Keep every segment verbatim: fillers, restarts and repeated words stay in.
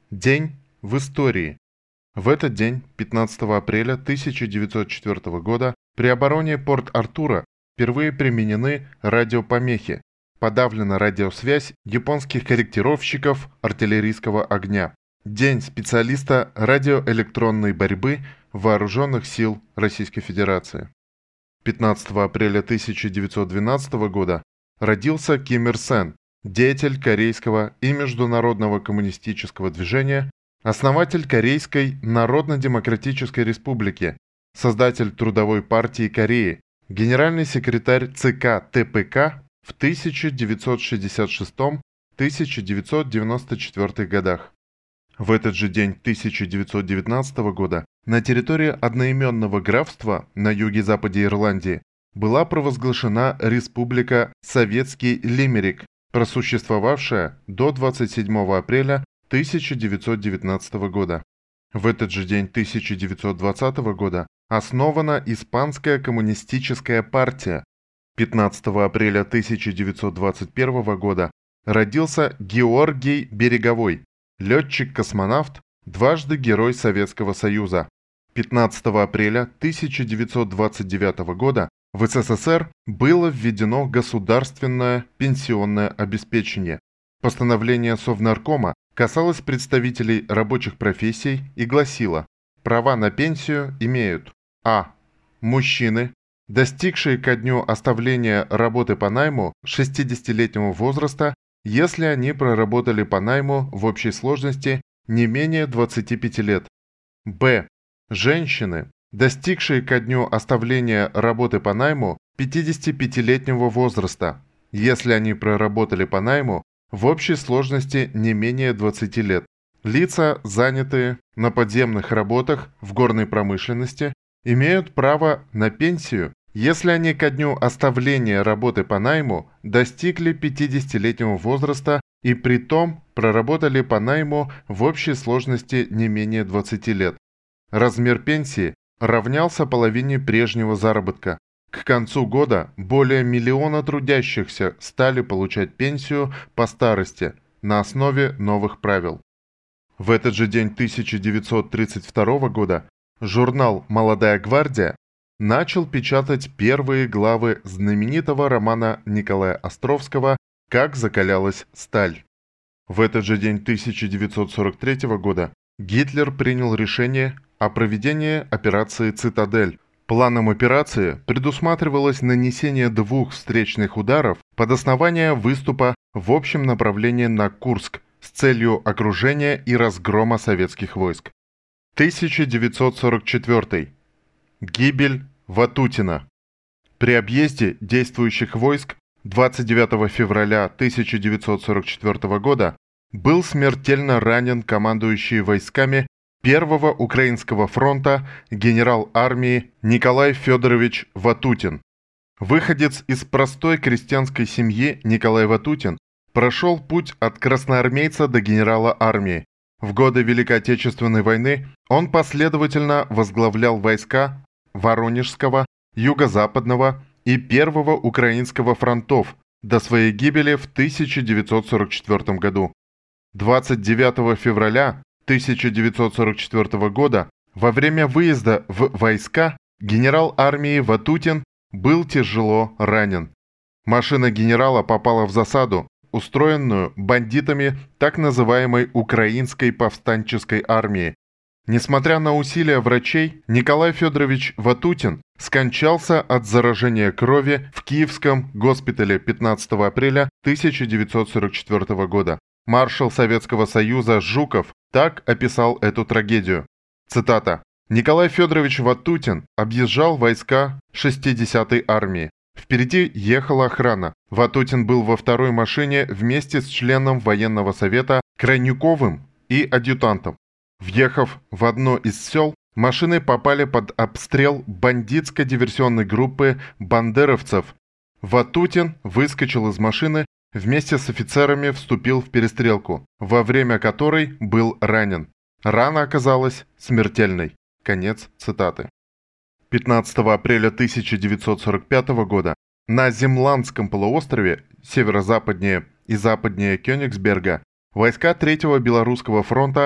День в истории. В этот день, пятнадцатого апреля тысяча девятьсот четвёртого года, при обороне Порт-Артура впервые применены радиопомехи. Подавлена радиосвязь японских корректировщиков артиллерийского огня. День специалиста радиоэлектронной борьбы Вооруженных сил Российской Федерации. пятнадцатого апреля тысяча девятьсот двенадцатого года родился Ким Ир Сен, деятель корейского и международного коммунистического движения, основатель Корейской Народно-Демократической Республики, создатель Трудовой партии Кореи, генеральный секретарь ЦК ТПК в тысяча девятьсот шестьдесят шестом — тысяча девятьсот девяносто четвёртом годах. В этот же день тысяча девятьсот девятнадцатого года на территории одноименного графства на юге-западе Ирландии была провозглашена Республика Советский Лимерик, просуществовавшая до двадцать седьмого апреля тысяча девятьсот девятнадцатого года. В этот же день тысяча девятьсот двадцатого года основана Испанская коммунистическая партия. пятнадцатого апреля тысяча девятьсот двадцать первого года родился Георгий Береговой, летчик-космонавт, дважды Герой Советского Союза. пятнадцатого апреля тысяча девятьсот двадцать девятого года в СССР было введено государственное пенсионное обеспечение. Постановление Совнаркома касалось представителей рабочих профессий и гласило: права на пенсию имеют а. мужчины, достигшие ко дню оставления работы по найму шестидесятилетнего возраста, если они проработали по найму в общей сложности не менее двадцати пяти лет; б. женщины, достигшие ко дню оставления работы по найму пятидесятипятилетнего возраста, если они проработали по найму в общей сложности не менее двадцати лет; лица, занятые на подземных работах в горной промышленности, имеют право на пенсию, если они ко дню оставления работы по найму достигли пятидесятилетнего возраста и притом проработали по найму в общей сложности не менее двадцати лет. Размер пенсии равнялся половине прежнего заработка. К концу года более миллиона трудящихся стали получать пенсию по старости на основе новых правил. В этот же день тысяча девятьсот тридцать второго года журнал «Молодая гвардия» начал печатать первые главы знаменитого романа Николая Островского «Как закалялась сталь». В этот же день тысяча девятьсот сорок третьего года Гитлер принял решение о проведении операции «Цитадель». Планом операции предусматривалось нанесение двух встречных ударов под основание выступа в общем направлении на Курск с целью окружения и разгрома советских войск. тысяча девятьсот сорок четвёртый. Гибель Ватутина. При объезде действующих войск двадцать девятого февраля тысяча девятьсот сорок четвёртого года был смертельно ранен командующий войсками Первого Украинского фронта генерал армии Николай Федорович Ватутин. Выходец из простой крестьянской семьи Николай Ватутин прошел путь от красноармейца до генерала армии. В годы Великой Отечественной войны он последовательно возглавлял войска Воронежского, Юго-Западного и Первого Украинского фронтов до своей гибели в тысяча девятьсот сорок четвёртом году. двадцать девятого февраля тысяча девятьсот сорок четвёртого года во время выезда в войска генерал армии Ватутин был тяжело ранен. Машина генерала попала в засаду, устроенную бандитами так называемой Украинской повстанческой армии. Несмотря на усилия врачей, Николай Федорович Ватутин скончался от заражения крови в Киевском госпитале пятнадцатого апреля тысяча девятьсот сорок четвёртого года. Маршал Советского Союза Жуков так описал эту трагедию. Цитата. «Николай Федорович Ватутин объезжал войска шестидесятой армии. Впереди ехала охрана. Ватутин был во второй машине вместе с членом военного совета Крайнюковым и адъютантом. Въехав в одно из сел, машины попали под обстрел бандитско-диверсионной группы бандеровцев. Ватутин выскочил из машины, вместе с офицерами вступил в перестрелку, во время которой был ранен. Рана оказалась смертельной». Конец цитаты. пятнадцатого апреля тысяча девятьсот сорок пятого года на Земландском полуострове, северо-западнее и западнее Кёнигсберга, войска Третьего Белорусского фронта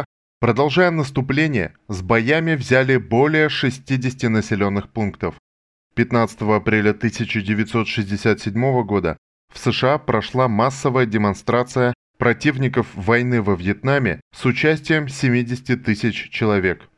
Продолжая наступление, с боями взяли более шестидесяти населенных пунктов. пятнадцатого апреля тысяча девятьсот шестьдесят седьмого года в США прошла массовая демонстрация противников войны во Вьетнаме с участием семидесяти тысяч человек.